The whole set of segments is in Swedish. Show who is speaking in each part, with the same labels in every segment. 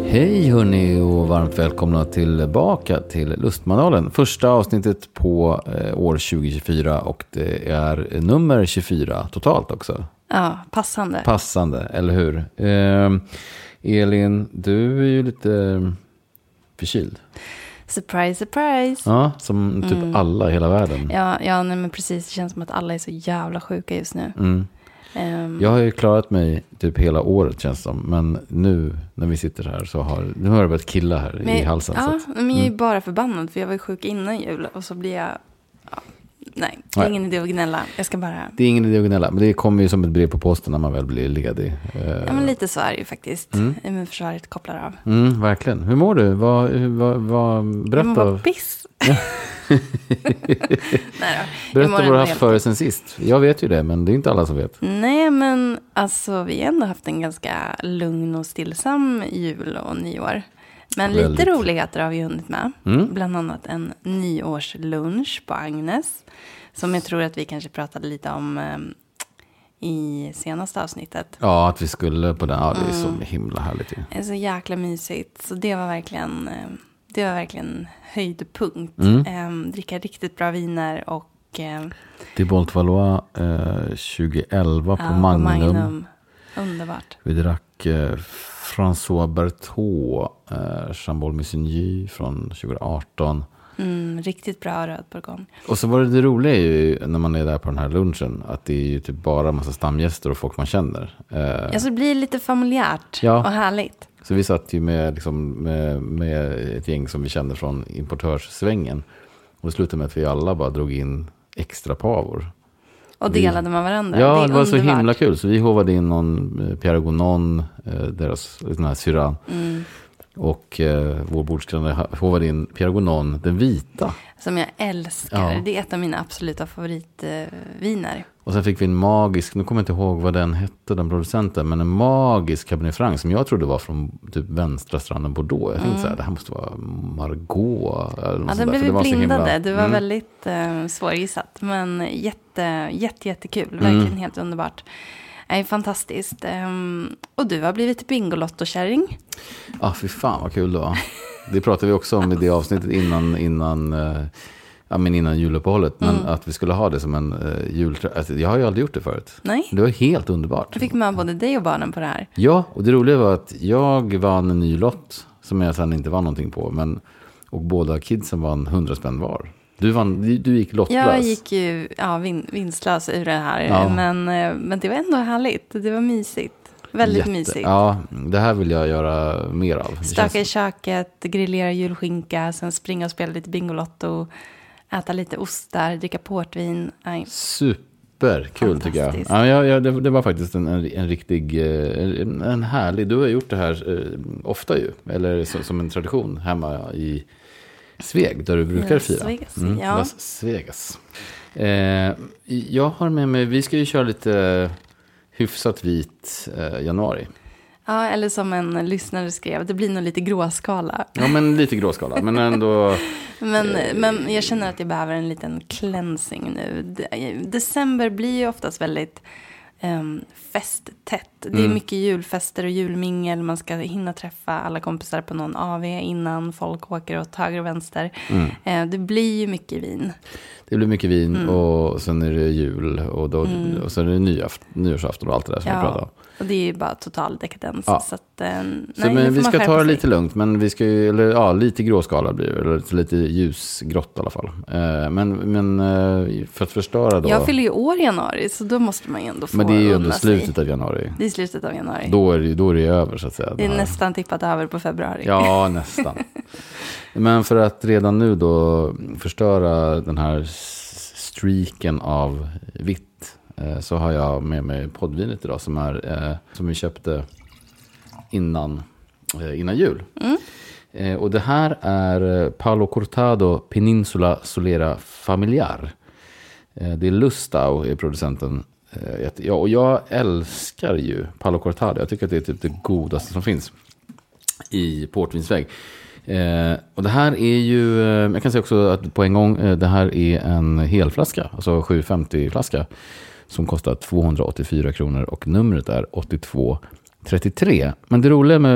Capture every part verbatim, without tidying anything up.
Speaker 1: Hej hörni och varmt välkomna tillbaka till Lustmanualen. Första avsnittet på eh, år tjugo tjugofyra och det är nummer tjugofyra totalt också.
Speaker 2: Ja, passande.
Speaker 1: Passande, eller hur? Eh, Elin, du är ju lite förkyld.
Speaker 2: Surprise, surprise.
Speaker 1: Ja, som typ mm. alla i hela världen.
Speaker 2: Ja, ja nej, men precis. Det känns som att alla är så jävla sjuka just nu.
Speaker 1: Mm. Um, jag har ju klarat mig typ hela året känns som. Men nu när vi sitter här så har, nu har det börjat killa här men, i halsen.
Speaker 2: Ja,
Speaker 1: så att,
Speaker 2: men jag är ju
Speaker 1: mm.
Speaker 2: bara förbannad för jag var ju sjuk innan jul. Och så blir jag... Ja, nej, det är nej. ingen idé att gnälla. Jag ska bara...
Speaker 1: Det är ingen idé att gnälla. Men det kommer ju som ett brev på posten när man väl blir ledig.
Speaker 2: Ja, men lite så är det ju faktiskt. Mm. Immunförsvaret kopplar av.
Speaker 1: Mm, verkligen. Hur mår du? Vad, vad, vad, berätta.
Speaker 2: Jag mår piss. Nej då.
Speaker 1: Berätta vad du har haft för sen sist. Jag vet ju det, men det är inte alla som vet.
Speaker 2: Nej, men alltså vi har ändå haft en ganska lugn och stillsam jul och nyår. Men väldigt. Lite roligheter har vi hunnit med. Mm. Bland annat en nyårslunch på Agnes. Som jag tror att vi kanske pratade lite om um, i senaste avsnittet.
Speaker 1: Ja, att vi skulle på den. Ja, det är mm. så himla härligt. Ju.
Speaker 2: Det är så jäkla mysigt. Så det var verkligen... Um, Det var verkligen höjdpunkt.
Speaker 1: Mm.
Speaker 2: Um, dricka riktigt bra viner och... Um,
Speaker 1: det är Bolt Valois eh, tjugoelva på
Speaker 2: ja,
Speaker 1: Magnum.
Speaker 2: på Magnum. Underbart.
Speaker 1: Vi drack eh, François Berthaud eh, Chambol Messigny från tjugo arton.
Speaker 2: Mm, riktigt bra röd bourgogne.
Speaker 1: Och så var det det roliga ju när man är där på den här lunchen att det är ju typ bara en massa stamgäster och folk man känner. Eh,
Speaker 2: ja, så det blir lite familjärt
Speaker 1: ja.
Speaker 2: och härligt.
Speaker 1: Så vi satt ju med, liksom, med, med ett gäng som vi kände från importörssvängen. Och det slutade med att vi alla bara drog in extra pavor.
Speaker 2: Och delade med varandra.
Speaker 1: Ja,
Speaker 2: det,
Speaker 1: det var
Speaker 2: underbart.
Speaker 1: Så himla kul. Så vi hovade in någon Pierre Gonon, deras den här syran. Mm. Och eh, vår bordsgranne hovade in Pierre Gonon, den vita.
Speaker 2: Som jag älskar. Ja. Det är ett av mina absoluta favoritviner.
Speaker 1: Och sen fick vi en magisk, nu kommer jag inte ihåg vad den hette, den producenten, men en magisk Cabernet Franc som jag trodde var från typ vänstra stranden Bordeaux. Jag tänkte mm. så här, det här måste vara Margaux. Eller
Speaker 2: ja, den blev vi blindade. Himla... Det var mm. väldigt eh, svårgissat, men jätte, jätte, jättekul. Verkligen mm. helt underbart. Det är fantastiskt. Um, och du har blivit Bingolotto-kärring.
Speaker 1: Ja, ah, fy fan vad kul det var. Det pratade vi också om i det avsnittet innan, innan, uh, ja, men innan juluppehållet. Men mm. att vi skulle ha det som en uh, julträ... Alltså, jag har ju aldrig gjort det förut.
Speaker 2: Nej.
Speaker 1: Det var helt underbart.
Speaker 2: Du fick med både dig och barnen på det här.
Speaker 1: Ja, och det roliga var att jag vann en ny lott som jag sedan inte vann någonting på. Men, och båda kidsen vann hundra spänn var. Du, vann, du, du gick lottlös.
Speaker 2: Jag gick ju ja, vin, vinstlös ur det här. Ja. Men, men det var ändå härligt. Det var mysigt. Väldigt Jätte. mysigt.
Speaker 1: Ja, det här vill jag göra mer av.
Speaker 2: Stöka känns... i köket, grillera julskinka, sen springa och spela lite Bingolotto, äta lite ostar, dricka portvin. Nej.
Speaker 1: Superkul tycker jag. Ja, ja, ja, det, det var faktiskt en, en, en riktig, en, en härlig, du har gjort det här eh, ofta ju. Eller så, som en tradition hemma i Sveg, där du brukar Las fira.
Speaker 2: Vegas,
Speaker 1: mm,
Speaker 2: ja.
Speaker 1: Las Vegas. Eh, jag har med mig, vi ska ju köra lite hyfsat vit eh, januari.
Speaker 2: Ja, eller som en lyssnare skrev, det blir nog lite gråskala.
Speaker 1: Ja, men lite gråskala, men ändå...
Speaker 2: men, eh, men jag känner att jag behöver en liten cleansing nu. De- december blir ju oftast väldigt... Um, festtätt. Det är mm. mycket julfester och julmingel. Man ska hinna träffa alla kompisar på någon A V innan folk åker åt höger och vänster. Mm. Uh, det blir ju mycket vin. Det
Speaker 1: blir mycket vin mm. och sen är det jul och, då, mm. och sen är det nyaft, nyårsafton och allt det där som
Speaker 2: ja.
Speaker 1: vi pratar om.
Speaker 2: Och det är ju bara total dekadens.
Speaker 1: Ja.
Speaker 2: Så, att, eh,
Speaker 1: så
Speaker 2: nej,
Speaker 1: men vi ska ta det
Speaker 2: sig.
Speaker 1: lite lugnt. Men vi ska ju, eller ja, lite gråskala blir det. Eller lite ljusgrått i alla fall. Eh, men, men eh, för att förstöra då.
Speaker 2: Jag fyller ju år i januari. Så då måste man ju ändå få.
Speaker 1: Men det är ju ändå slutet av januari.
Speaker 2: Det är slutet av januari.
Speaker 1: Då är det, då är det över så att säga.
Speaker 2: Det är nästan tippat över på februari.
Speaker 1: Ja, nästan. Men för att redan nu då förstöra den här streaken av vitt. Så har jag med mig poddvinet idag som, är, eh, som vi köpte innan, eh, innan jul. Mm. Eh, och det här är Palo Cortado Peninsula Solera Familiar. Eh, det är Lustau är producenten. Eh, ja, och jag älskar ju Palo Cortado. Jag tycker att det är typ det godaste som finns i portvinsväg. Eh, och det här är ju, eh, jag kan säga också att på en gång, eh, det här är en helflaska, alltså sjuhundrafemtio flaska. Som kostar tvåhundraåttiofyra kronor och numret är åttiotvå trettiotre. Men det roliga med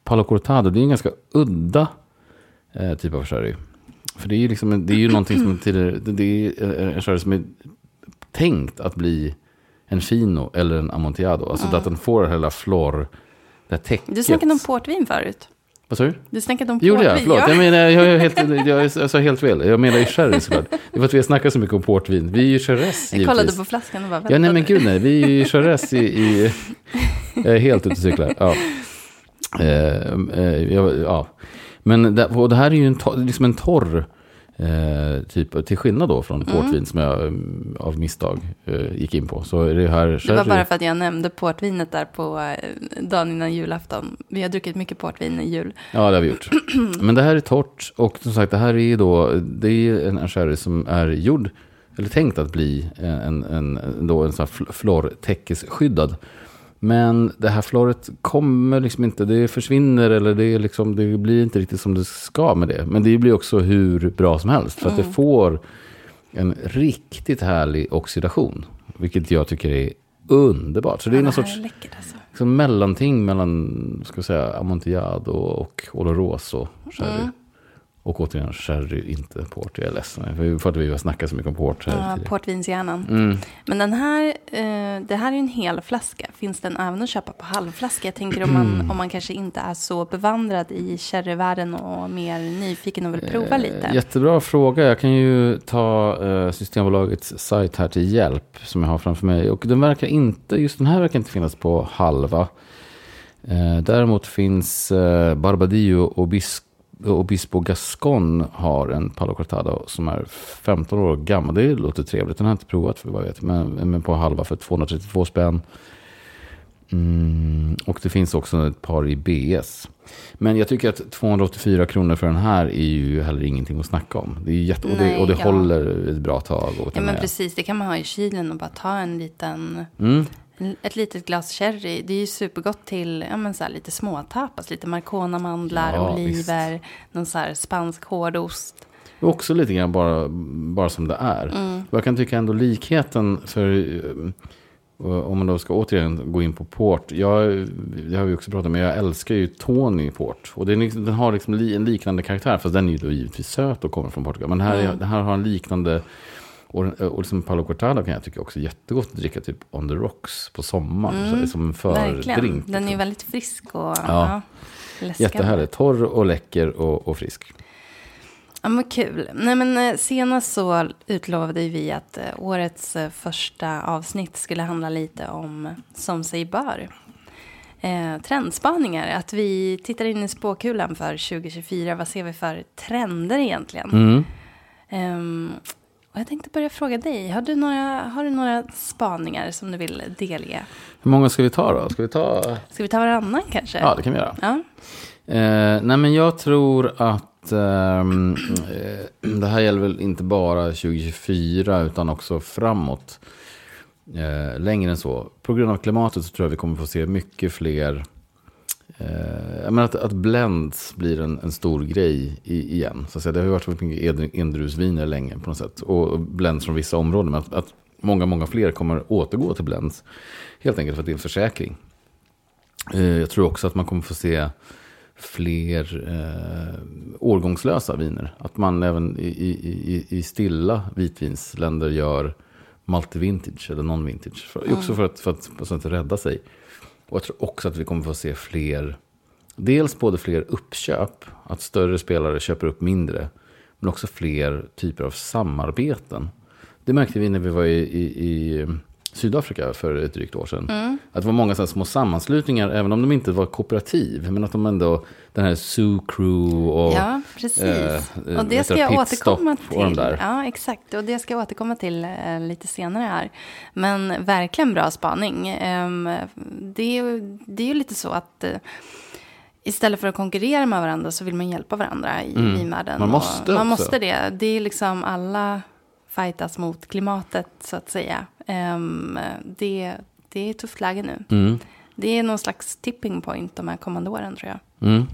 Speaker 1: Palo Cortado, det är en ganska udda eh, typ av sherry. För det är ju liksom en, det är ju någonting som till, det är en sherry som är tänkt att bli en fino eller en amontillado. Alltså mm. att den får hela flor, det täcket.
Speaker 2: Du snackade om portvin förut.
Speaker 1: Vad sa du?
Speaker 2: Du snackade om portvin.
Speaker 1: Gjorde jag? Förlåt. Ja. Jag menar, jag är helt, jag, jag sa helt fel. Jag menar i sherry såklart. Det är för att vi snackar så mycket om portvin. Vi är ju Jerez givetvis.
Speaker 2: Jag kollade på flaskan och bara
Speaker 1: ja, nej men gud nej. Vi är ju Jerez i, i jag är helt ute och cyklar. Ja. Eh, eh, jag, ja. Men det, och det här är ju en, liksom en torr eh, typ, till skillnad då från portvin mm. som jag av misstag eh, gick in på. Så är det här
Speaker 2: det var bara för att jag nämnde portvinet där på eh, dagen innan julafton. Vi har druckit mycket portvin i jul.
Speaker 1: Ja, det har vi gjort. Men det här är torrt och som sagt, det här är då det är en sherry som är gjord eller tänkt att bli en, en, då en sån här flortäckesskyddad. Men det här floret kommer liksom inte, det försvinner eller det, är liksom, det blir inte riktigt som det ska med det. Men det blir också hur bra som helst för att mm. det får en riktigt härlig oxidation. Vilket jag tycker är underbart. Så det är någon sorts
Speaker 2: alltså.
Speaker 1: liksom, mellanting mellan ska jag säga, amontillado och oloroso sherry. Mm. Och återigen, sherry, inte port. Jag är ledsen. För att vi har snackat så mycket om port.
Speaker 2: Ja, portvinshjärnan.
Speaker 1: Mm.
Speaker 2: Men den här, eh, det här är ju en hel flaska. Finns den även att köpa på halvflaska? Jag tänker om man, mm. om man kanske inte är så bevandrad i sherryvärlden och mer nyfiken och vill prova eh, lite.
Speaker 1: Jättebra fråga. Jag kan ju ta eh, Systembolagets sajt här till hjälp som jag har framför mig. Och den verkar inte, just den här verkar inte finnas på halva. Eh, däremot finns eh, Barbadillo och Bisco. Obispo Gascon har en Palo Cortado som är femton år gammal. Det låter trevligt. Den har jag inte provat för vad jag vet. Men, men på halva för tvåhundratrettiotvå spänn. Mm, och det finns också ett par i B S. Men jag tycker att tvåhundraåttiofyra kronor för den här är ju heller ingenting att snacka om. Det är jätte, och det,
Speaker 2: Nej,
Speaker 1: och det
Speaker 2: ja.
Speaker 1: håller ett bra tag. Och
Speaker 2: ja, men precis. Det kan man ha i kylen och bara ta en liten...
Speaker 1: Mm.
Speaker 2: Ett litet glas sherry, det är ju supergott till ja, men så här, lite småtapas, lite marcona-mandlar,
Speaker 1: ja,
Speaker 2: oliver,
Speaker 1: visst.
Speaker 2: Någon så här spansk hårdost.
Speaker 1: Också lite grann bara, bara som det är.
Speaker 2: Mm.
Speaker 1: Jag kan tycka ändå likheten för... Om man då ska återigen gå in på port. Jag, det har vi också pratat om, men jag älskar ju Tony port. Och den, den har liksom en liknande karaktär, fast den är ju då givetvis söt och kommer från Portugal. Men här, mm. den här har en liknande... Och, och liksom Palo Cortado kan jag tycka också jättegott att dricka typ on the rocks på sommaren.
Speaker 2: Mm,
Speaker 1: så som en fördrink.
Speaker 2: Den är
Speaker 1: liksom.
Speaker 2: ju väldigt frisk och
Speaker 1: ja,
Speaker 2: ja,
Speaker 1: jättehärligt. Torr och läcker och, och frisk.
Speaker 2: Ja, men kul. Nej, men senast så utlovade vi att årets första avsnitt skulle handla lite om som sig bör. Eh, trendspaningar. Att vi tittar in i spåkulan för tjugo tjugofyra. Vad ser vi för trender egentligen?
Speaker 1: Mm.
Speaker 2: Um, och jag tänkte börja fråga dig. Har du några, har du några spaningar som du vill delge?
Speaker 1: Hur många ska vi ta då? Ska vi ta...
Speaker 2: Ska vi ta varannan kanske?
Speaker 1: Ja, det kan vi göra.
Speaker 2: Ja.
Speaker 1: Eh, nej, men jag tror att eh, det här gäller väl inte bara tjugo tjugofyra utan också framåt. Eh, längre än så. På grund av klimatet så tror jag vi kommer få se mycket fler... Eh, jag menar att, att blends blir en, en stor grej i, igen. Så att säga, det har ju varit mycket endrusviner länge på något sätt. Och, och blends från vissa områden. Men att, att många, många fler kommer återgå till blends. Helt enkelt för att det är en försäkring. Eh, jag tror också att man kommer få se fler eh, årgångslösa viner. Att man även i, i, i stilla vitvinsländer gör multi-vintage eller non-vintage. För, mm. Också för att, för att, för att inte rädda sig. Och jag tror också att vi kommer få se fler, dels både fler uppköp, att större spelare köper upp mindre, men också fler typer av samarbeten. Det märkte vi när vi var i, i, i Sydafrika för ett drygt år sedan. Mm. Att det var många sådana små sammanslutningar, även om de inte var kooperativ, men att de ändå, den här Zoo Crew och...
Speaker 2: Ja, precis. Äh, och det ska jag återkomma till.
Speaker 1: De där.
Speaker 2: Ja, exakt. Och det ska jag återkomma till äh, lite senare här. Men verkligen bra spaning. Ähm, det, är, det är ju lite så att... Äh, istället för att konkurrera med varandra så vill man hjälpa varandra i mm. vinvärlden.
Speaker 1: Man måste
Speaker 2: Man måste det. Det är liksom alla fightas mot klimatet så att säga. Um, det, det är ett tufft läge nu.
Speaker 1: Mm.
Speaker 2: Det är någon slags tipping point de här kommande åren tror jag.
Speaker 1: Mm.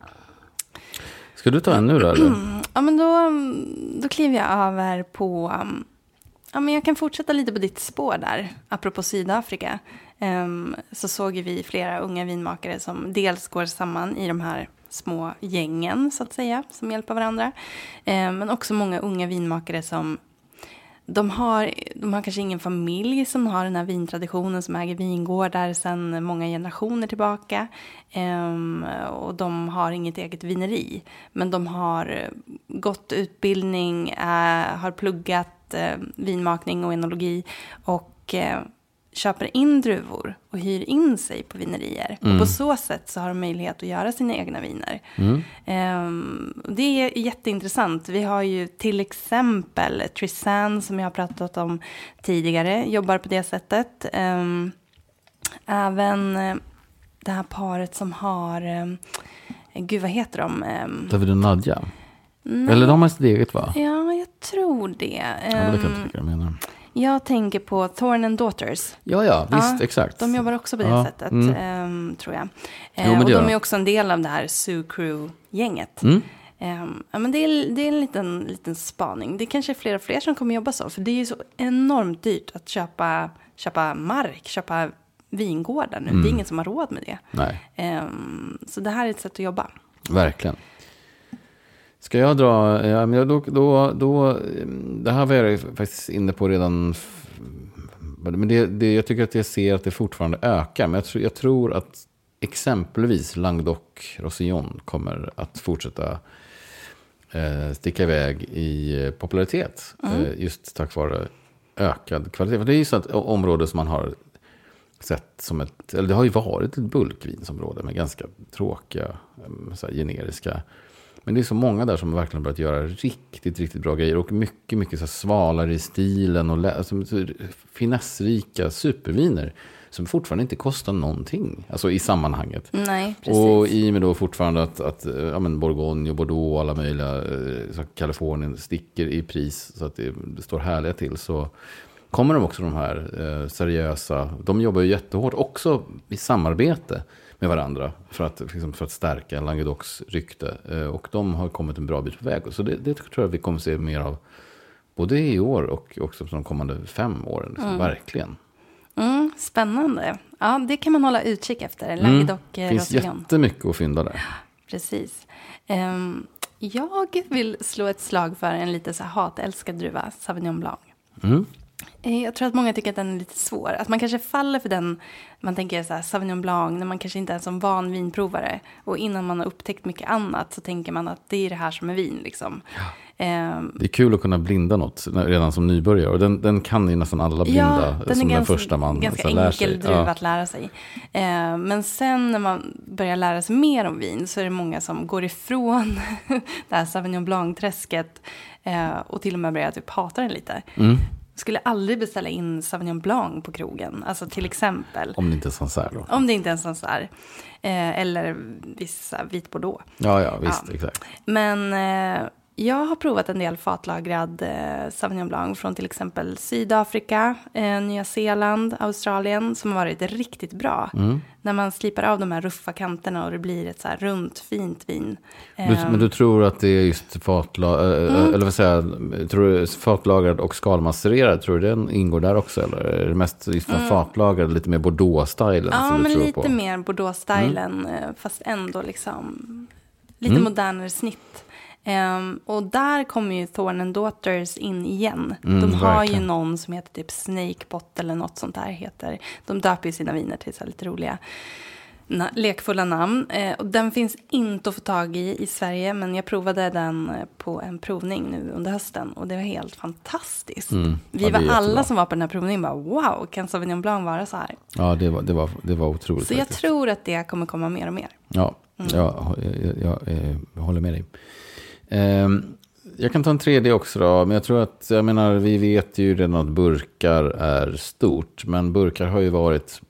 Speaker 1: Ska du ta en nu då? Eller?
Speaker 2: Ja, men då, då kliver jag över på... Um, ja, men jag kan fortsätta lite på ditt spår där. Apropå Sydafrika. um, så såg vi flera unga vinmakare som dels går samman i de här små gängen så att säga, som hjälper varandra. Um, men också många unga vinmakare som De har, de har kanske ingen familj som har den här vintraditionen, som äger vingårdar sedan många generationer tillbaka. Um, och de har inget eget vineri. Men de har gått utbildning, uh, har pluggat uh, vinmakning och enologi och uh, köper in druvor och hyr in sig på vinerier. Mm. Och på så sätt så har de möjlighet att göra sina egna viner. Mm. Um, det är jätteintressant. Vi har ju till exempel Tristan som jag har pratat om tidigare. Jobbar på det sättet. Um, även uh, det här paret som har... Um, gud, vad heter de? Um,
Speaker 1: David och Nadja. Nej. Eller de har sitt eget, va?
Speaker 2: Ja, jag tror det. Um,
Speaker 1: ja, det vet jag inte vilka jag menar.
Speaker 2: Jag tänker på Thorn and Daughters.
Speaker 1: Ja, ja, visst, ja, exakt.
Speaker 2: De jobbar också på det ja, sättet, mm. um, tror jag. Uh,
Speaker 1: jo,
Speaker 2: och de
Speaker 1: är
Speaker 2: är också en del av det här Sioux Crew-gänget.
Speaker 1: Mm.
Speaker 2: Um, ja, men det är, det är en liten, liten spaning. Det är kanske är fler och fler som kommer jobba så. För det är ju så enormt dyrt att köpa, köpa mark, köpa vingårdar nu. Mm. Det är ingen som har råd med det.
Speaker 1: Nej.
Speaker 2: Um, så det här är ett sätt att jobba.
Speaker 1: Verkligen. Ska jag dra, ja, men då, då, då, det här var jag faktiskt inne på redan, men det, det, jag tycker att jag ser att det fortfarande ökar, men jag, tror, jag tror att exempelvis Languedoc-Roussillon kommer att fortsätta eh, sticka iväg i popularitet, mm. eh, just tack vare ökad kvalitet. För det är ju så ett område som man har sett som ett, eller det har ju varit ett bulkvinsområde med ganska tråkiga, så här, generiska. Men det är så många där som verkligen börjat göra riktigt, riktigt bra grejer. Och mycket, mycket så svalare i stilen. Och lä- alltså, finessrika superviner. Som fortfarande inte kostar någonting. Alltså i sammanhanget.
Speaker 2: Nej, precis.
Speaker 1: Och i och med då fortfarande att, att ja, men Bourgogne och Bordeaux och alla möjliga. Så Kalifornien sticker i pris. Så att det, det står härliga till. Så kommer de också de här eh, seriösa. De jobbar ju jättehårt också i samarbete med varandra för att, liksom, för att stärka Languedocs rykte. Eh, och de har kommit en bra bit på väg. Så det, det tror jag vi kommer se mer av både i år och också de kommande fem åren. Liksom, mm. Verkligen.
Speaker 2: Mm, spännande. Ja, det kan man hålla utkik efter. Languedoc
Speaker 1: mm. Det finns jättemycket att fynda där.
Speaker 2: Precis. Um, jag vill slå ett slag för en lite så här hatälskad druva, Sauvignon Blanc. Mm. Jag tror att många tycker att den är lite svår. Att man kanske faller för den, man tänker så här, Sauvignon Blanc, när man kanske inte är som van vinprovare. Och innan man har upptäckt mycket annat så tänker man att det är det här som är vin. Liksom.
Speaker 1: Ja. Um, det är kul att kunna blinda något redan som nybörjare. Och den, den kan ju nästan alla blinda
Speaker 2: ja, den
Speaker 1: som
Speaker 2: är
Speaker 1: den
Speaker 2: ganska,
Speaker 1: första man
Speaker 2: ganska
Speaker 1: lär
Speaker 2: enkel
Speaker 1: sig.
Speaker 2: druva
Speaker 1: Ja.
Speaker 2: att lära sig. Uh, men sen när man börjar lära sig mer om vin så är det många som går ifrån det här Sauvignon Blanc-träsket uh, och till och med börjar typ hata den lite. Mm. Skulle aldrig beställa in Sauvignon Blanc på krogen. Alltså till exempel.
Speaker 1: Om det inte är Sancerre då.
Speaker 2: Om det inte är en Sancerre. Eh, eller vissa vit Bordeaux.
Speaker 1: Ja, ja, visst, ja. Exakt.
Speaker 2: Men eh, jag har provat en del fatlagrad eh, Sauvignon Blanc från till exempel Sydafrika, eh, Nya Zeeland, Australien som har varit riktigt bra. Mm. När man slipar av de här ruffa kanterna och det blir ett så här runt, fint vin.
Speaker 1: Du, men du tror att det är just fatla, mm. eller vad säger jag, tror du fatlagrad och skalmassererad, tror du den ingår där också? Eller är det mest just mm. fatlagrad, lite mer Bordeaux-stylen?
Speaker 2: Ja,
Speaker 1: som du
Speaker 2: men
Speaker 1: tror
Speaker 2: lite
Speaker 1: på?
Speaker 2: mer Bordeaux-stylen, mm. fast ändå liksom lite mm. modernare snitt. Um, och där kommer ju Thorn and Daughters in igen. Mm, de har verkligen. Ju någon som heter typ Snakepot eller något sånt där heter. De döper ju sina viner till så lite roliga na- lekfulla namn. Uh, och den finns inte att få tag i i Sverige, men jag provade den på en provning nu under hösten och det var helt fantastiskt. Mm, Vi ja, var alla jättebra. Som var på den här provningen bara, wow, kan Sauvignon Blanc vara så här?
Speaker 1: Ja, det var, det var, det var otroligt.
Speaker 2: Så
Speaker 1: faktiskt.
Speaker 2: Jag tror att det kommer komma mer och mer.
Speaker 1: Ja, mm. jag, jag, jag, jag, jag håller med dig. Jag kan ta en tredje också då, men jag tror att, jag menar, vi vet ju redan att burkar är stort, men burkar har ju varit,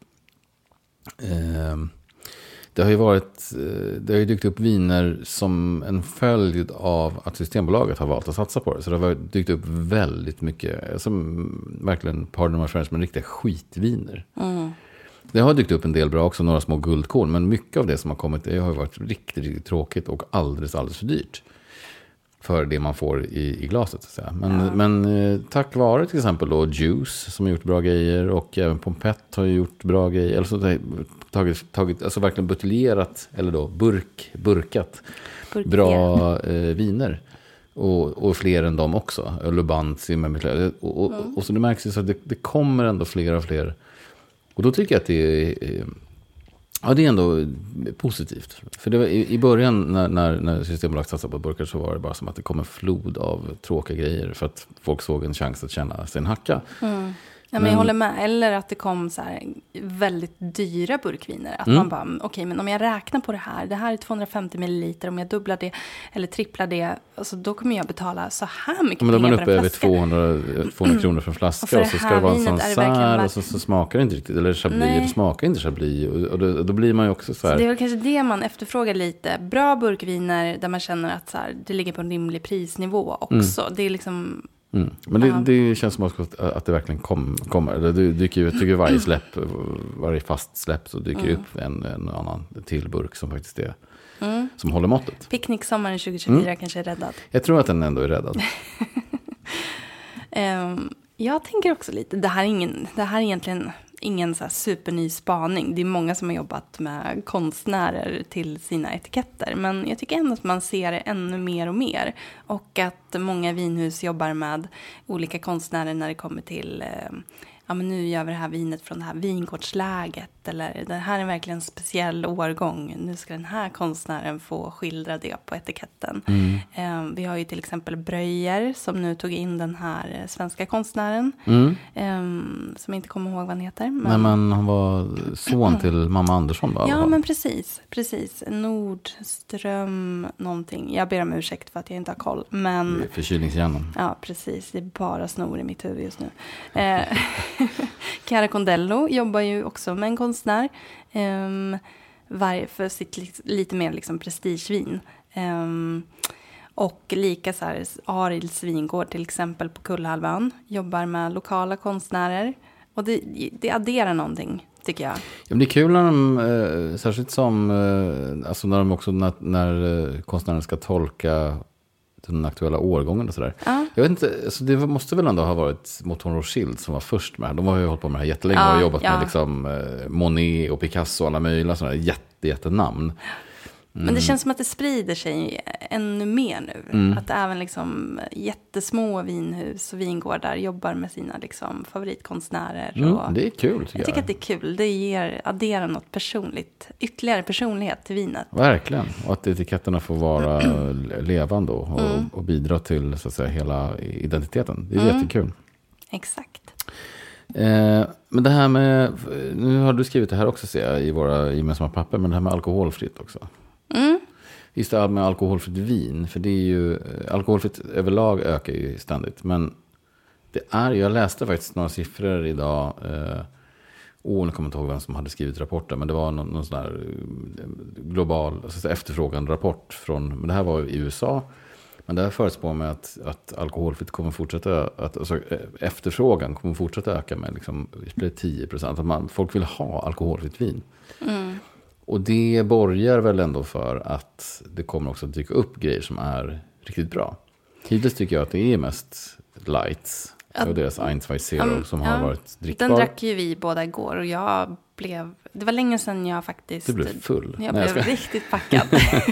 Speaker 1: eh, det har ju varit, det har ju dykt upp viner som en följd av att Systembolaget har valt att satsa på det, så det har dykt upp väldigt mycket, som verkligen, pardon my French, men riktiga skitviner. Mm. Det har dykt upp en del bra också, några små guldkorn, men mycket av det som har kommit, det har varit riktigt, riktigt tråkigt och alldeles, alldeles för dyrt. för det man får i, i glaset. Så att säga. Men,
Speaker 2: Ja.
Speaker 1: men eh, tack vare till exempel då Juice som har gjort bra grejer och även Pompett har gjort bra grejer. Eller så tagit, tagit, alltså verkligen buteljerat eller då burk, burkat
Speaker 2: Burk,
Speaker 1: bra eh, viner. Och, och fler än dem också. Lubanzi med och, och, mm. och så det märks ju så att det, det kommer ändå fler och fler. Och då tycker jag att det är, ja, det är ändå positivt. För det var, i, i början när, när, när Systembolaget satsade på burkar så var det bara som att det kom en flod av tråkiga grejer. För att folk såg en chans att tjäna sig en hacka.
Speaker 2: Mm. Ja, men jag håller med. Eller att det kom så här väldigt dyra burkviner. Att
Speaker 1: Mm.
Speaker 2: man bara, okej, okay, men om jag räknar på det här. Det här är tvåhundrafemtio milliliter. Om jag dubblar det eller tripplar det. Alltså, då kommer jag betala så här mycket
Speaker 1: men då är
Speaker 2: pengar
Speaker 1: man
Speaker 2: för
Speaker 1: uppe
Speaker 2: en
Speaker 1: över
Speaker 2: flaska.
Speaker 1: tvåhundra, tvåhundra kronor för en flaska. Och, för och så ska det vara en sån sär. Och så, så smakar det inte riktigt. Eller chablis. Det smakar inte chablis. Och, och då, då blir man ju också så här.
Speaker 2: Så det är väl kanske det man efterfrågar lite. Bra burkviner där man känner att så här, det ligger på en rimlig prisnivå också. Mm. Det är liksom...
Speaker 1: Mm. Men det, det känns som att, att det verkligen kom, kommer. Det dyker ju, tycker varje släpp, varje fast släpp så dyker mm. upp en, en annan till burk som faktiskt är, mm. som håller måttet.
Speaker 2: Picknicksommaren tjugo tjugofyra mm. kanske är räddad.
Speaker 1: Jag tror att den ändå är räddad.
Speaker 2: um, jag tänker också lite, det här är, ingen, det här är egentligen ingen så här superny spaning. Det är många som har jobbat med konstnärer till sina etiketter. Men jag tycker ändå att man ser det ännu mer och mer. Och att många vinhus jobbar med olika konstnärer när det kommer till... Eh, ja, men nu gör vi det här vinet från det här vingårdsläget. Eller det här är verkligen en speciell årgång. Nu ska den här konstnären få skildra det på etiketten. Mm. Eh, vi har ju till exempel Bröjer som nu tog in den här svenska konstnären. Mm. Eh, som jag inte kommer ihåg vad han heter. Men...
Speaker 1: Nej, men han var son till mamma Andersson. Bara,
Speaker 2: ja, men precis. Precis. Nordström någonting. Jag ber om ursäkt för att jag inte har koll. Men...
Speaker 1: Förkylningshjärnan.
Speaker 2: Ja, precis. Det är bara snor i mitt huvud just nu. Eh... Cara Condello jobbar ju också med en konstnär um, var, för sitt li- lite mer liksom prestigevin. Um, och lika så här, Arils vingård till exempel på Kullhalvön jobbar med lokala konstnärer. Och det, det adderar någonting, tycker jag.
Speaker 1: Ja, men det är kul när de, eh, särskilt som, eh, alltså när de också, när, när eh, konstnären ska tolka den aktuella årgången och sådär. Ja. Jag vet inte, alltså det måste väl ändå ha varit Mouton Rothschild som var först med. De har ju hållit på med det här jättelänge ja, och har jobbat ja. med liksom, eh, Monet och Picasso och alla möjliga sådana jätte, jättenamn. Mm.
Speaker 2: Men det känns som att det sprider sig ännu mer nu. Mm. Att även liksom jättesmå vinhus och vingårdar jobbar med sina liksom favoritkonstnärer.
Speaker 1: Mm,
Speaker 2: och
Speaker 1: det är kul tycker jag.
Speaker 2: Jag tycker att det är kul. Det ger, adderar något personligt. Ytterligare personlighet till vinet.
Speaker 1: Verkligen. Och att etiketterna får vara levande och, mm. och bidra till så att säga, hela identiteten. Det är mm. jättekul.
Speaker 2: Exakt.
Speaker 1: Eh, men det här med, nu har du skrivit det här också ser jag i våra gemensamma papper, men det här med alkoholfritt också. Mm. Just det här med alkoholfritt vin, för det är ju, alkoholfritt överlag ökar ju ständigt, men det är, jag läste faktiskt några siffror idag, eh, och jag kommer inte ihåg vem som hade skrivit rapporten, men det var någon, någon sån här global alltså efterfrågande rapport från, men det här var i U S A. Men det här förutspår med att, att alkoholfritt kommer fortsätta, att, alltså, efterfrågan kommer fortsätta öka med liksom, tio procent. Att man, folk vill ha alkoholfritt vin. Mm. Och det borgar väl ändå för att det kommer också att dyka upp grejer som är riktigt bra. Hittills tycker jag att det är mest lights och ja, deras eins zwei zero um, som ja, har varit drickbar.
Speaker 2: Den drack ju vi båda igår och jag blev, det var länge sedan jag faktiskt...
Speaker 1: Du blev full.
Speaker 2: Jag blev jag riktigt packad.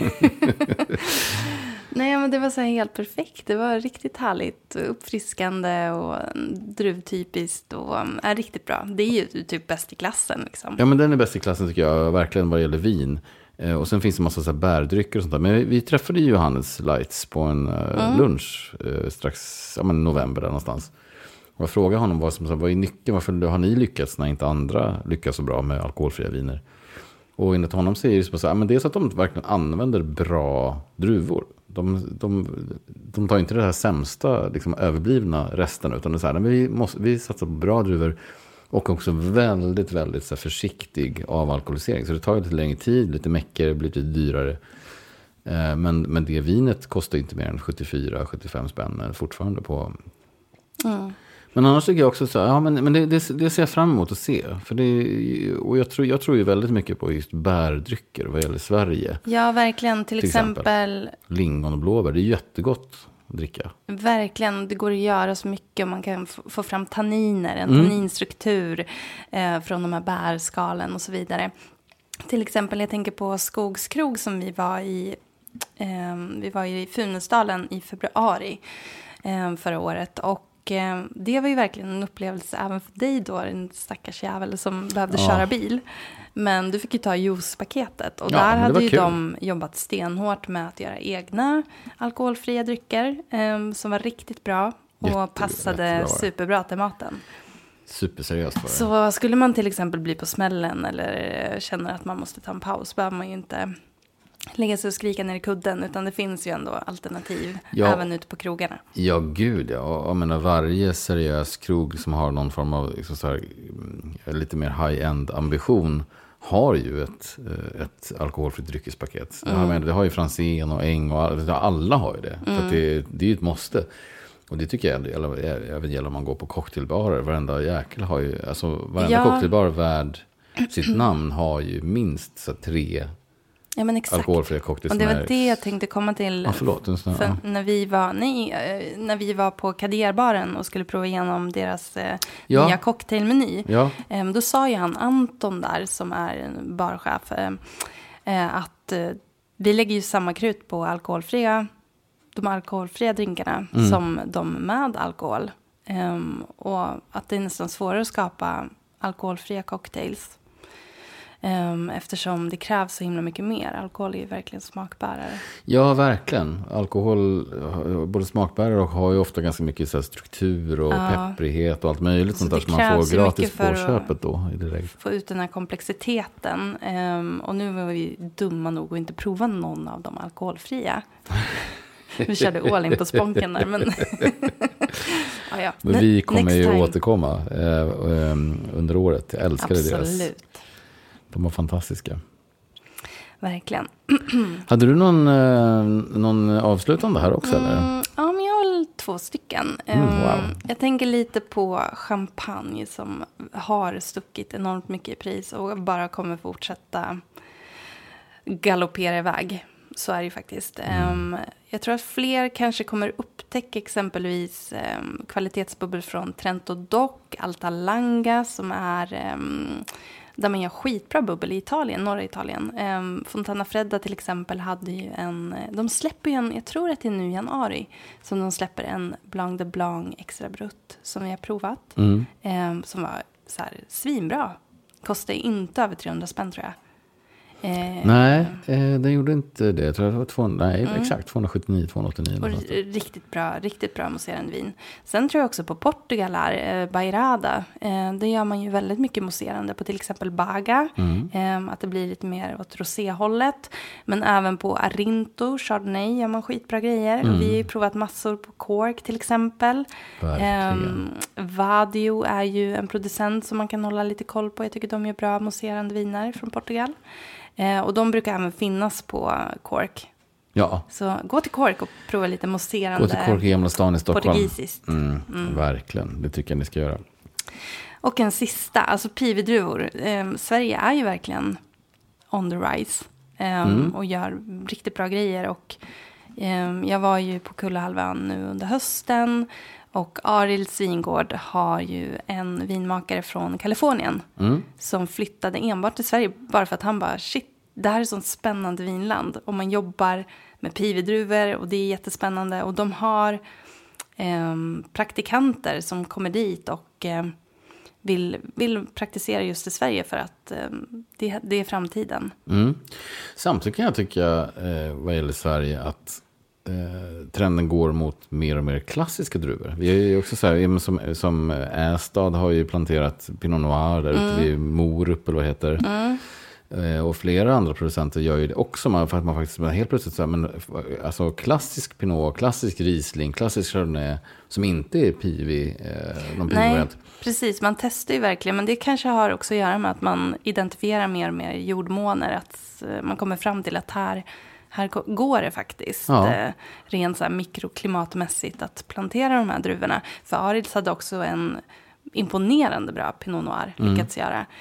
Speaker 2: Nej, men det var så här helt perfekt. Det var riktigt härligt, uppfriskande och druvtypiskt och är riktigt bra. Det är ju typ bäst i klassen liksom.
Speaker 1: Ja, men den är bäst i klassen tycker jag verkligen vad det gäller vin. Eh, och sen finns det en massa så här bärdrycker och sånt där. Men vi, vi träffade ju Johannes Lights på en eh, mm. lunch eh, strax, ja men november där någonstans. Och jag frågade honom vad som vad är nyckeln, varför har ni lyckats när inte andra lyckas så bra med alkoholfria viner? Och enligt honom säger det så här, men det är så att de verkligen använder bra druvor. De, de, de tar inte det här sämsta liksom, överblivna resten, utan det är så här, men vi, måste, vi satsar på bra druvor och också väldigt, väldigt så här, försiktig avalkoholisering. Så det tar lite längre tid, lite mäckigare, blir lite dyrare. Eh, men, men det vinet kostar inte mer än sjuttiofyra sjuttiofem spänn fortfarande på, mm. Men annars tycker jag också så, ja men, men det, det, det ser jag fram emot att se. För det, och jag tror, jag tror ju väldigt mycket på just bärdrycker vad gäller Sverige.
Speaker 2: Ja, verkligen. Till, till exempel, exempel
Speaker 1: lingon och blåbär, det är jättegott att dricka.
Speaker 2: Verkligen, det går att göra så mycket och man kan f- få fram tanniner, en
Speaker 1: Mm.
Speaker 2: tanninstruktur eh, från de här bärskalen och så vidare. Till exempel, jag tänker på Skogskrog som vi var i, eh, vi var i Funäsdalen i februari eh, förra året. Och eh, det var ju verkligen en upplevelse även för dig då, en stackars jävel som behövde
Speaker 1: Ja.
Speaker 2: köra bil. Men du fick ju ta juicepaketet. Och
Speaker 1: Ja,
Speaker 2: där
Speaker 1: men det
Speaker 2: hade
Speaker 1: var
Speaker 2: ju
Speaker 1: kul.
Speaker 2: de jobbat stenhårt med att göra egna alkoholfria drycker. Eh, som var riktigt bra. Och
Speaker 1: Jätte-
Speaker 2: passade
Speaker 1: jättebra var det.
Speaker 2: superbra till maten.
Speaker 1: Superseriöst var det.
Speaker 2: Så skulle man till exempel bli på smällen eller känner att man måste ta en paus, behöver man ju inte lägga sig och skrika ner i kudden, utan det finns ju ändå alternativ
Speaker 1: Ja.
Speaker 2: även ute på krogarna.
Speaker 1: Ja, gud ja. Och jag menar, varje seriös krog som har någon form av liksom så här, mm, lite mer high-end ambition har ju ett, eh, ett alkoholfritt dryckespaket. Det, har,
Speaker 2: Mm.
Speaker 1: det har ju Franzén och Äng och alla, alla har ju det. För att det, det är ju ett måste. Och det tycker jag gäller, även gäller om man går på cocktailbarer. Varenda jäkel har ju, alltså varenda
Speaker 2: Ja.
Speaker 1: cocktailbar värd sitt namn har ju minst så tre
Speaker 2: Ja, men exakt.
Speaker 1: alkoholfria cocktails.
Speaker 2: Och det
Speaker 1: som
Speaker 2: var
Speaker 1: är-
Speaker 2: det jag tänkte komma till.
Speaker 1: Ja, förlåt. En sån,
Speaker 2: För
Speaker 1: ja.
Speaker 2: när vi var, nej, eh, när vi var på Kaderbaren och skulle prova igenom deras eh,
Speaker 1: Ja.
Speaker 2: nya cocktailmeny.
Speaker 1: Ja.
Speaker 2: Eh, då sa ju han Anton där som är en barchef eh, eh, att eh, vi lägger ju samma krut på alkoholfria, de alkoholfria drinkarna
Speaker 1: Mm.
Speaker 2: som de med alkohol. Eh, och att det är nästan svårare att skapa alkoholfria cocktails. Um, eftersom det krävs så himla mycket mer. Alkohol är ju verkligen smakbärare.
Speaker 1: Ja, verkligen. Alkohol, både smakbärare och har ju ofta ganska mycket så här struktur och
Speaker 2: Ja.
Speaker 1: pepprighet och allt möjligt
Speaker 2: Så
Speaker 1: sånt där
Speaker 2: det
Speaker 1: som man
Speaker 2: krävs
Speaker 1: får
Speaker 2: ju
Speaker 1: gratis
Speaker 2: mycket
Speaker 1: på
Speaker 2: för att-
Speaker 1: köpet då i direkt.
Speaker 2: Få ut den här komplexiteten. Um, och nu var vi dumma nog att inte prova någon av de alkoholfria. Vi körde all in på sponken där. Men ja, ja.
Speaker 1: Men
Speaker 2: Ne-
Speaker 1: vi kommer
Speaker 2: next
Speaker 1: ju
Speaker 2: time.
Speaker 1: återkomma eh, eh, under året. Jag älskade deras.
Speaker 2: Absolut.
Speaker 1: De var fantastiska.
Speaker 2: Verkligen.
Speaker 1: Hade du någon, eh, någon avslutande här också eller?
Speaker 2: Mm, ja, men jag har väl två stycken.
Speaker 1: Mm,
Speaker 2: Ehm,
Speaker 1: wow.
Speaker 2: Jag tänker lite på champagne som har stuckit enormt mycket i pris och bara kommer fortsätta galoppera iväg. Så är det ju faktiskt. Ehm, jag tror att fler kanske kommer upptäcka exempelvis um, kvalitetsbubbel från Trento Doc, Alta Langa som är um, där man gör skitbra bubbel i Italien, norra Italien. Um, Fontana Fredda till exempel hade ju en, de släpper ju en, jag tror att det är nu i januari, som de släpper en Blanc de Blanc extra brut som vi har provat.
Speaker 1: Mm.
Speaker 2: Um, som var så här svinbra. Kostar inte över trehundra spänn tror jag. Eh,
Speaker 1: Nej, eh, den gjorde inte det. Jag tror det var tvåhundra, nej,
Speaker 2: Mm.
Speaker 1: exakt tvåhundrasjuttionio tvåhundraåttionio.
Speaker 2: Och
Speaker 1: någonstans.
Speaker 2: r- riktigt bra, riktigt bra mousserande vin. Sen tror jag också på Portugal här, eh, Bairrada. Eh, det gör man ju väldigt mycket mousserande på till exempel Baga.
Speaker 1: Mm.
Speaker 2: Eh, att det blir lite mer åt roséhållet. Men även på Arinto, Chardonnay gör man skitbra grejer.
Speaker 1: Mm.
Speaker 2: Och vi har ju provat massor på Cork till exempel.
Speaker 1: Verkligen.
Speaker 2: Eh, Vadio är ju en producent som man kan hålla lite koll på. Jag tycker de gör bra mousserande viner från Portugal. Eh, och de brukar även finnas på Cork.
Speaker 1: Ja,
Speaker 2: Så gå till Cork och prova lite mousserande
Speaker 1: gå till Cork i Gamla stan i Stockholm.
Speaker 2: portugisiskt.
Speaker 1: Mm, Verkligen, det tycker jag ni ska göra.
Speaker 2: Och en sista, alltså pividruvor. Eh, Sverige är ju verkligen on the rise. Eh,
Speaker 1: Mm.
Speaker 2: Och gör riktigt bra grejer. Och eh, jag var ju på Kullahalvön nu under hösten. Och Arilds vingård har ju en vinmakare från Kalifornien.
Speaker 1: Mm.
Speaker 2: Som flyttade enbart till Sverige bara för att han bara, shit, det här är ett sånt spännande vinland. Och man jobbar med pividruvor och det är jättespännande. Och de har eh, praktikanter som kommer dit och eh, vill, vill praktisera just i Sverige för att eh, det, det är framtiden.
Speaker 1: Mm. Samtidigt kan jag tycka eh, vad gäller Sverige att eh, trenden går mot mer och mer klassiska druvor. Vi är ju också så här, ja, men som, som Ästad har ju planterat Pinot Noir där ute vid Morup eller vad det heter.
Speaker 2: Mm.
Speaker 1: Eh, och flera andra producenter gör ju det också. Man, för att man faktiskt helt plötsligt så här, men, alltså klassisk Pinot, klassisk Riesling, klassisk Chardonnay som inte är pivi, eh, någon
Speaker 2: Nej,
Speaker 1: pivvariant.
Speaker 2: precis. Man testar ju verkligen. Men det kanske har också att göra med att man identifierar mer och mer jordmåner. Att eh, man kommer fram till att här, här går det faktiskt
Speaker 1: ja.
Speaker 2: eh, rent så här mikroklimatmässigt att plantera de här druvorna. För Arild hade också en imponerande bra Pinot Noir lyckats mm. göra.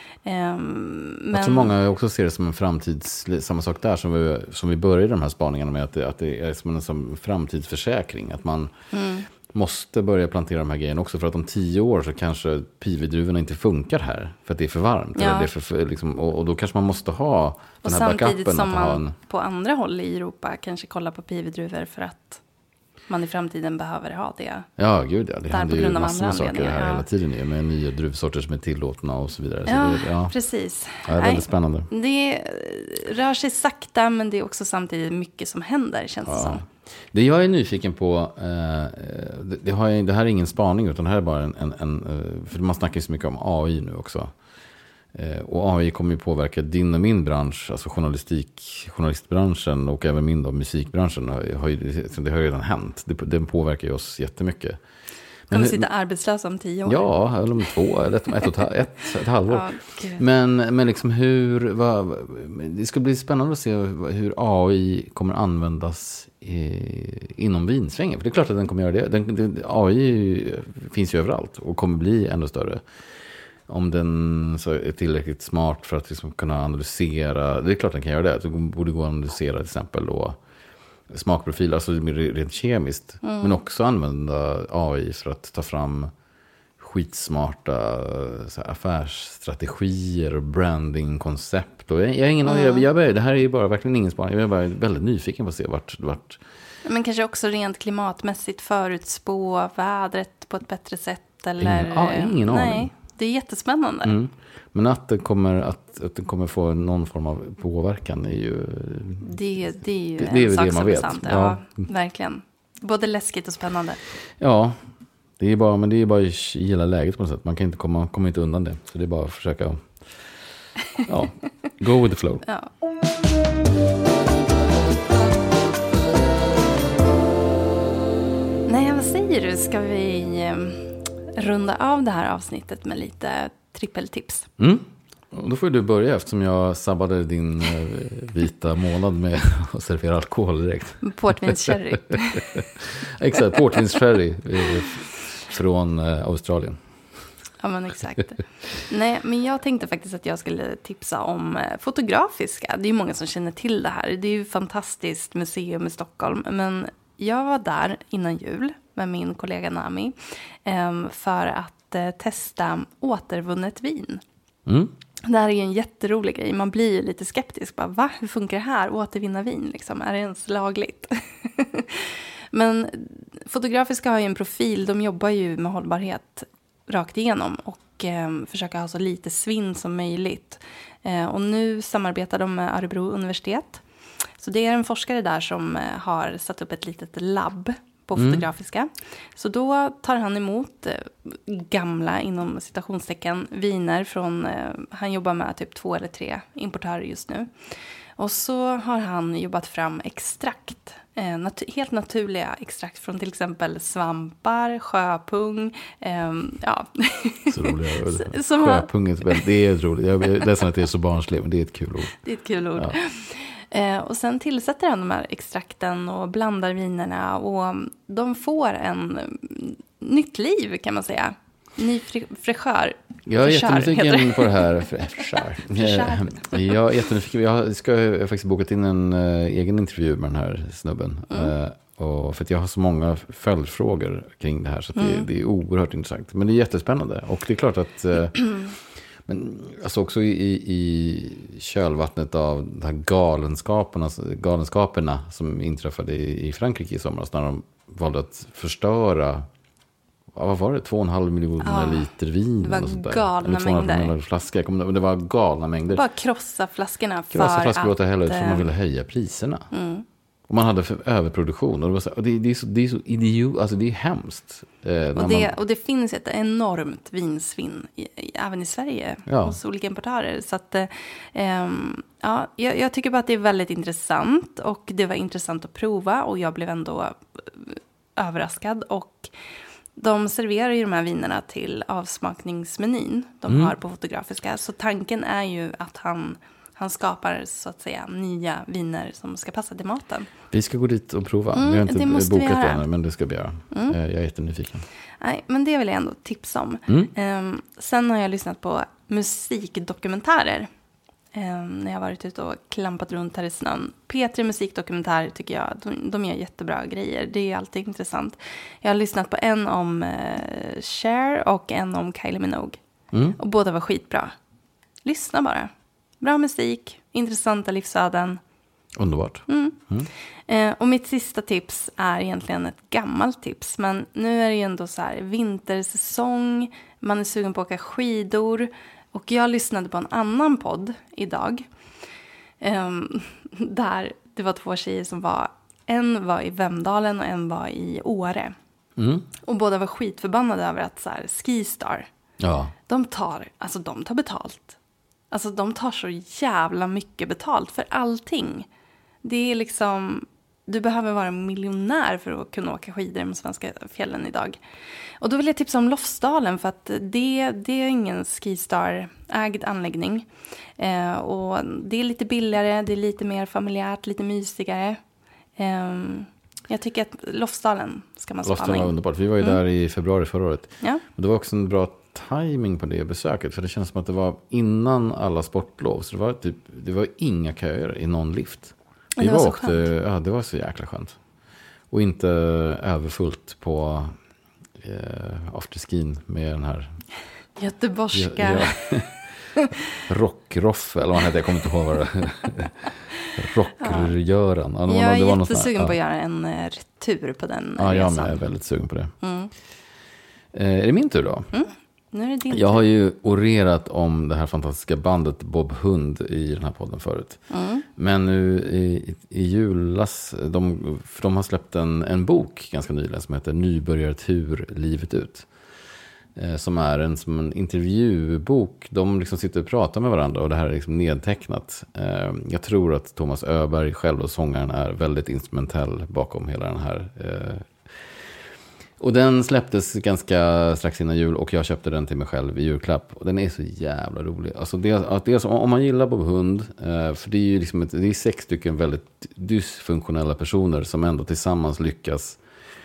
Speaker 2: Um, men...
Speaker 1: Jag tror många också ser det som en framtids... Samma sak där som vi, som vi började de här spaningarna med. Att det, att det är som en som framtidsförsäkring. Att man mm. måste börja plantera de här grejerna också. För att om tio år så kanske pivedruvorna inte funkar här. För att det är för varmt.
Speaker 2: Ja.
Speaker 1: Eller det är för, för, liksom, och, och då kanske man måste ha den här backupen.
Speaker 2: Och samtidigt som man
Speaker 1: en...
Speaker 2: på andra håll i Europa kanske kollar på pivedruvor för att man i framtiden behöver ha det.
Speaker 1: Ja, gud ja. Det händer ju massor med saker här
Speaker 2: ja.
Speaker 1: hela tiden ju, med nya druvsorter som är tillåtna och så vidare.
Speaker 2: Ja,
Speaker 1: så det, ja.
Speaker 2: precis.
Speaker 1: Ja, det är väldigt Nej, spännande.
Speaker 2: Det rör sig sakta, men det är också samtidigt mycket som händer, känns
Speaker 1: ja.
Speaker 2: det som.
Speaker 1: Det jag är nyfiken på, eh, det, det, har jag, det här är ingen spaning, utan det här är bara en, en, en för man snackar ju så mycket om A I nu också. Eh, och A I kommer ju påverka din och min bransch, alltså journalistik, journalistbranschen och även min då, musikbranschen. Har, har ju, det har ju redan hänt. Det, den påverkar ju oss jättemycket.
Speaker 2: Kommer sitta arbetslös om tio år?
Speaker 1: Ja, eller om två, eller ett, ett, ett, ett, ett halvår. Ja, men, men liksom hur, vad, det ska bli spännande att se hur A I kommer användas i, inom vinsvängen. För det är klart att den kommer göra det. Den, det A I finns ju överallt och kommer bli ännu större. Om den så är tillräckligt smart för att liksom kunna analysera, det är klart den kan göra det. Det borde gå att analysera till exempel då smakprofiler, alltså rent kemiskt. Mm. Men också använda A I för att ta fram skitsmarta så här, affärsstrategier och brandingkoncept. Och jag, jag har ingen aning, mm. jag, jag, det här är ju bara verkligen ingen spaning. Jag är bara väldigt nyfiken på att se vart, vart...
Speaker 2: Men kanske också rent klimatmässigt förutspå vädret på ett bättre sätt. Eller...
Speaker 1: Ingen, ja, ingen aning.
Speaker 2: Nej, det är jättespännande. Mm.
Speaker 1: Men att det kommer, att, att det kommer få någon form av påverkan är ju...
Speaker 2: Det, det är ju
Speaker 1: det,
Speaker 2: en
Speaker 1: det är
Speaker 2: sak
Speaker 1: det man
Speaker 2: som
Speaker 1: vet.
Speaker 2: är sant. Ja, ja, verkligen. Både läskigt och spännande.
Speaker 1: Ja, det är bara, men det är bara i hela läget på något sätt. Man kan inte komma, komma inte undan det. Så det är bara att försöka ja, go with the flow.
Speaker 2: Ja. Nej, vad säger du? Ska vi runda av det här avsnittet med lite trippeltips?
Speaker 1: Mm. Och då får du börja eftersom jag sabbade din vita månad med att servera alkohol direkt.
Speaker 2: Portvinssherry.
Speaker 1: Exakt, portvinssherry från Australien.
Speaker 2: Ja, men exakt. Nej, men jag tänkte faktiskt att jag skulle tipsa om Fotografiska. Det är ju många som känner till det här. Det är ju ett fantastiskt museum i Stockholm. Men jag var där innan jul med min kollega Nami för att testa återvunnet vin. Mm. Det här är ju en jätterolig grej. Man blir ju lite skeptisk. Bara, va? Hur funkar det här? Återvinna vin, liksom. Är det ens lagligt? Men Fotografiska har ju en profil. De jobbar ju med hållbarhet rakt igenom. Och eh, försöker ha så lite svinn som möjligt. Eh, och nu samarbetar de med Örebro universitet. Så det är en forskare där som eh, har satt upp ett litet labb på Fotografiska. Mm. Så då tar han emot eh, gamla, inom citationstecken, viner från, eh, han jobbar med typ två eller tre importörer just nu. Och så har han jobbat fram extrakt, eh, nat- helt naturliga extrakt från till exempel svampar, sjöpung, eh, ja.
Speaker 1: Så roliga. Sjöpung är väldigt, det är roligt. Jag är ledsen att det är så barnsligt, men det är ett kul ord.
Speaker 2: Det är ett kul ord.
Speaker 1: Ja.
Speaker 2: Eh, och sen tillsätter han de här extrakten och blandar vinerna och de får en nytt liv, kan man säga. Ny fri- fräschör.
Speaker 1: Jag är jättenyfiken på det här. Fräschör. Jag är jättenyfiken. Jag ska jag har faktiskt bokat in en uh, egen intervju med den här snubben. Mm. Uh, och för att jag har så många följdfrågor kring det här. Så att mm. det, det är oerhört intressant. Men det är jättespännande. Och det är klart att... Uh, Men alltså också i, i kölvattnet av de här galenskaperna, galenskaperna som inträffade i, i Frankrike i somras när de valde att förstöra, vad var det, två och en halv miljoner ja, liter vin.
Speaker 2: Det var
Speaker 1: och sånt där.
Speaker 2: galna mängder.
Speaker 1: Flaskor, det var galna mängder.
Speaker 2: Bara krossa flaskorna för
Speaker 1: krossa flaskor
Speaker 2: att...
Speaker 1: Krossa heller för man ville höja priserna. Mm. Och man hade för överproduktion. Och det, var så, och det, det är så, det är så idiot, alltså det är hemskt. Eh,
Speaker 2: och, det, man... och det finns ett enormt vinsvinn i, i, även i Sverige. Ja. Hos olika importörer. Så att, eh, ja, jag, jag tycker bara att det är väldigt intressant. Och det var intressant att prova. Och jag blev ändå överraskad. Och de serverar ju de här vinerna till avsmakningsmenyn. De mm. har på Fotografiska. Så tanken är ju att han... han skapar så att säga nya viner som ska passa till maten.
Speaker 1: Vi ska gå dit och prova.
Speaker 2: Mm,
Speaker 1: vi har inte
Speaker 2: det måste
Speaker 1: bokat
Speaker 2: vi göra.
Speaker 1: det ännu, men det ska vi göra.
Speaker 2: Mm.
Speaker 1: Jag är jättenyfiken.
Speaker 2: Nej, men det vill jag ändå tipsa om.
Speaker 1: Mm.
Speaker 2: Um, sen har jag lyssnat på musikdokumentärer. Um, när jag har varit ute och klampat runt här i snön. P tre musikdokumentär tycker jag, de, de gör jättebra grejer. Det är alltid intressant. Jag har lyssnat på en om uh, Cher och en om Kylie Minogue.
Speaker 1: Mm.
Speaker 2: Och båda var skitbra. Lyssna bara. Bra musik, intressanta livsöden.
Speaker 1: Underbart.
Speaker 2: Mm.
Speaker 1: Mm.
Speaker 2: Eh, och mitt sista tips är egentligen ett gammalt tips. Men nu är det ju ändå så här vintersäsong. Man är sugen på att åka skidor. Och jag lyssnade på en annan podd idag. Eh, där det var två tjejer som var... En var i Vemdalen och en var i Åre.
Speaker 1: Mm.
Speaker 2: Och båda var skitförbannade över att så här, Skistar...
Speaker 1: Ja.
Speaker 2: De tar, alltså de tar betalt. Alltså de tar så jävla mycket betalt för allting. Det är liksom, du behöver vara miljonär för att kunna åka skidor i de svenska fjällen idag. Och då vill jag tipsa om Lofsdalen för att det, det är ingen Skistar-ägd anläggning. Eh, och det är lite billigare, det är lite mer familjärt, lite mysigare. Eh, jag tycker att Lofsdalen ska man spana in.
Speaker 1: Lofsdalen var underbart. Vi var ju mm. där i februari förra året.
Speaker 2: Ja.
Speaker 1: Och det var också en bra timing på det besöket. För det känns som att det var innan alla sportlov. Så det var, typ, det var inga köer i någon lift. Vi
Speaker 2: det var, var så
Speaker 1: åkte,
Speaker 2: skönt.
Speaker 1: Ja, det var så jäkla skönt. Och inte överfullt på eh, afterskin med den här...
Speaker 2: Göteborgska...
Speaker 1: Ja, ja. Rockroff, eller vad heter, jag kommer inte ihåg vad det Rockgöran. Ja,
Speaker 2: jag är
Speaker 1: det var
Speaker 2: jättesugen
Speaker 1: här,
Speaker 2: på att
Speaker 1: ja.
Speaker 2: göra en retur på den
Speaker 1: ja,
Speaker 2: resan.
Speaker 1: jag är väldigt sugen på det.
Speaker 2: Mm.
Speaker 1: Eh, är det min tur då?
Speaker 2: Mm. Nu är det din
Speaker 1: jag har ju orerat om det här fantastiska bandet Bob Hund i den här podden förut.
Speaker 2: Mm.
Speaker 1: Men nu i, i julas, de, för de har släppt en, en bok ganska nyligen som heter Nybörjartur livet ut. Eh, som är en, som en intervjubok. De liksom sitter och pratar med varandra och det här är liksom nedtecknat. Eh, jag tror att Thomas Öberg själv och sångaren är väldigt instrumentell bakom hela den här eh, och den släpptes ganska strax innan jul och jag köpte den till mig själv i julklapp. Och den är så jävla rolig. Alltså det, att det är så, om man gillar Bob Hund, eh, för det är ju liksom ett, det är sex stycken väldigt dysfunktionella personer som ändå tillsammans lyckas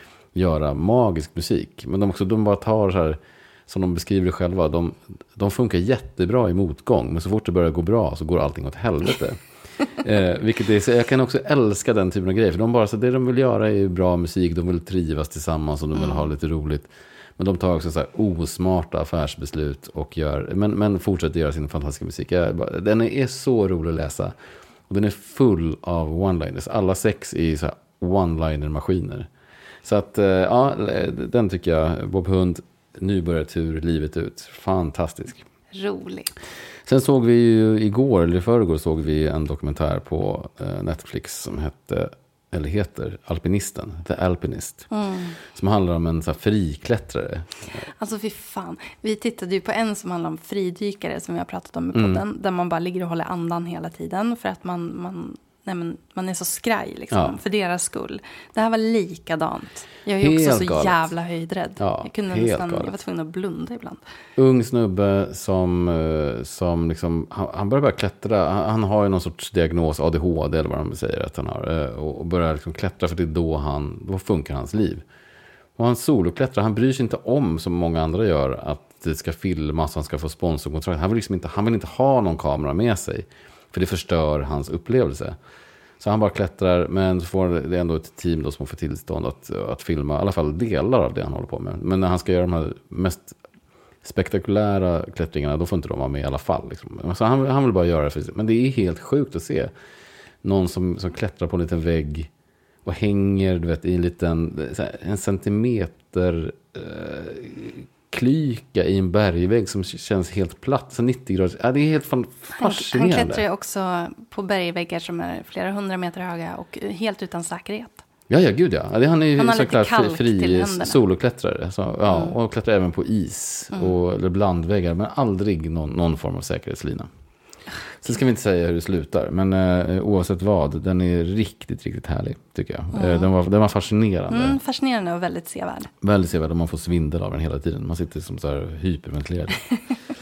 Speaker 1: göra magisk musik. Men de, också, de bara tar så här, som de beskriver det själva, de, de funkar jättebra i motgång. Men så fort det börjar gå bra så går allting åt helvete. Eh, vilket är, så jag kan också älska den typen av grejer. För de bara, så det de vill göra är bra musik. De vill trivas tillsammans och de vill mm. ha lite roligt. Men de tar också så här osmarta affärsbeslut och gör, men, men fortsätter göra sin fantastiska musik. Jag, bara, den är så rolig att läsa. Och den är full av one-liners. Alla sex är så här one-liner-maskiner. Så att, eh, ja, den tycker jag. Bob Hund, Nybörjartur, livet ut. Fantastisk.
Speaker 2: Roligt.
Speaker 1: Sen såg vi ju igår, eller i förrgår såg vi en dokumentär på eh, Netflix som hette, eller heter Alpinisten, The Alpinist.
Speaker 2: Mm.
Speaker 1: Som handlar om en så här friklättrare.
Speaker 2: Alltså fy fan. Vi tittade ju på en som handlar om fridykare som vi har pratat om i podden. Mm. Där man bara ligger och håller andan hela tiden för att man, man, nej men, man är så skraj liksom, ja. För deras skull. Det här var likadant. Jag är ju också så galet. Jävla höjdrädd. Ja, jag, kunde nästan, jag var tvungen att blunda ibland.
Speaker 1: Ung snubbe som, som liksom, han, han börjar bara klättra. Han, han har ju någon sorts diagnos, A D H D eller vad de säger att han har. Och, och börjar liksom klättra för det är då, han, då funkar hans liv. Och han soloklättrar, han bryr sig inte om som många andra gör att det ska filmas, han ska få sponsorkontrakt. Han vill liksom inte, han vill inte ha någon kamera med sig. För det förstör hans upplevelse. Så han bara klättrar, men så får det ändå ett team då som får tillstånd att, att filma i alla fall delar av det han håller på med. Men när han ska göra de här mest spektakulära klättringarna, då får inte de vara med i alla fall. Liksom. Så han, han vill bara göra det. För, men det är helt sjukt att se någon som, som klättrar på en liten vägg och hänger, du vet, i en liten, en centimeter eh, klyka i en bergvägg som känns helt platt, så nittio grader. Ja, det är helt fascinerande.
Speaker 2: Han klättrar ju också på bergväggar som är flera hundra meter höga och helt utan säkerhet.
Speaker 1: Ja, ja, gud ja. Han är ju
Speaker 2: han
Speaker 1: såklart fri, fri soloklättrare. Så, ja, mm. Och klättrar även på is
Speaker 2: mm.
Speaker 1: och, eller blandväggar, men aldrig någon, någon form av säkerhetslina. Sen ska vi inte säga hur det slutar, men eh, oavsett vad, den är riktigt, riktigt härlig, tycker jag. Mm. Eh, den, var, den var fascinerande.
Speaker 2: Mm, fascinerande och väldigt sevärd.
Speaker 1: Väldigt sevärd, och man får svindel av den hela tiden. Man sitter som så här hyperventilerad.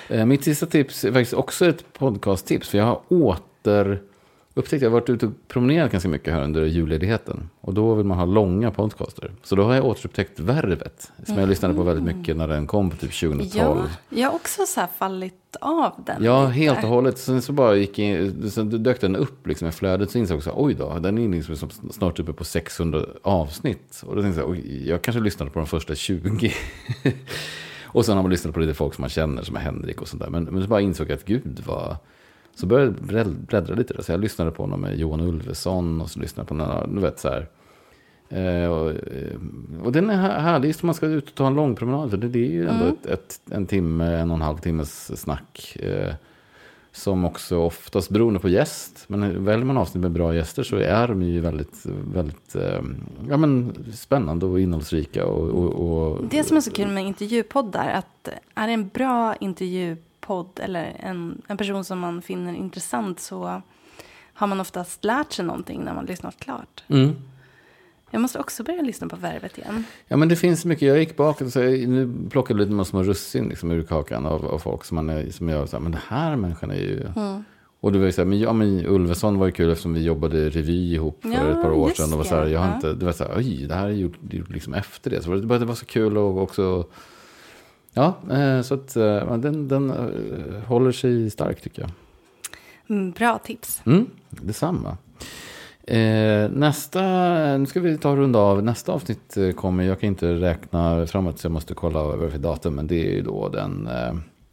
Speaker 1: Eh, mitt sista tips är faktiskt också ett podcasttips. För jag har åter upptäckt, jag har varit ute och promenerat ganska mycket här under julledigheten. Och då vill man ha långa podcaster. Så då har jag återupptäckt Värvet. Som mm. jag lyssnade på väldigt mycket när den kom på typ tjugohundratolv.
Speaker 2: Ja, jag har också så här fallit av den.
Speaker 1: Ja,
Speaker 2: lite.
Speaker 1: helt och hållet. Sen så bara gick in, så dök den upp liksom i flödet. Så insåg jag också, oj då, den är liksom snart uppe på sexhundra avsnitt. Och då tänkte jag, oj, jag kanske lyssnade på de första tjugo. Och sen har man lyssnat på lite folk som man känner, som är Henrik och sånt där. Men, men så bara insåg jag att gud var... Så började jag bläddra lite. Då. Så jag lyssnade på honom med Johan Ulveson. Och så lyssnade jag på några, du vet så här. Eh, och, och den är härlig om man ska ut och ta en lång promenad. För det, det är ju ändå mm. ett, ett, en timme, en och en halv timmes snack. Eh, som också oftast beroende på gäst. Men väljer man avsnitt med bra gäster så är de ju väldigt, väldigt eh, ja, men spännande och innehållsrika. Och, och, och,
Speaker 2: det som är så kul med intervjupoddar, att är det en bra intervjupodd eller en, en person som man finner intressant, så har man oftast lärt sig någonting när man lyssnat klart.
Speaker 1: Mm.
Speaker 2: Jag måste också börja lyssna på Värvet igen.
Speaker 1: Ja, men det finns mycket. Jag gick bakåt och så jag, nu plockade lite med små russin liksom, ur kakan av, av folk som, man är, som jag så här, men det här människan är ju... Mm. Och du vet så här, men, ja, men Ulveson var ju kul eftersom vi jobbade revy ihop för ja, ett par år sedan. Och var så här, jag har ja. inte, du vet så här, oj, det här är gjort, gjort liksom efter det. Så det var, det var så kul och också... Ja, så att den, den håller sig stark tycker jag.
Speaker 2: Mm, bra tips.
Speaker 1: Mm, detsamma. Eh, nästa, nu ska vi ta en runda av. Nästa avsnitt kommer, jag kan inte räkna framåt så jag måste kolla över för datum. Men det är ju då den eh,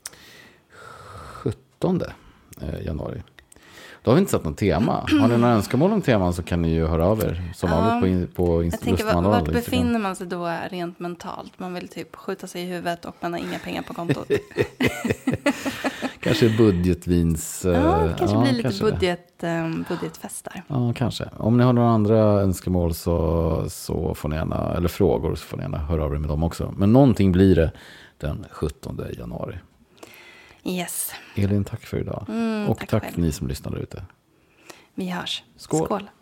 Speaker 1: sjuttonde januari. Då har vi inte satt något tema. Har ni några önskemål om teman så kan ni ju höra av er. Som vanligt på, på
Speaker 2: Inst- Jag tänker, vart, vart befinner man sig då rent mentalt? Man vill typ skjuta sig i huvudet och man har inga pengar på kontot.
Speaker 1: Kanske budgetvins...
Speaker 2: Ja, det kanske ja, blir lite kanske budget, um, budgetfestar.
Speaker 1: Ja, kanske. Om ni har några andra önskemål så, så får ni gärna, eller frågor så får ni gärna höra av er med dem också. Men någonting blir det den sjuttonde januari.
Speaker 2: Yes.
Speaker 1: Elin, tack för idag.
Speaker 2: Mm,
Speaker 1: och
Speaker 2: tack,
Speaker 1: tack
Speaker 2: själv.
Speaker 1: Ni som lyssnar där ute.
Speaker 2: Vi hörs.
Speaker 1: Skål.
Speaker 2: Skål.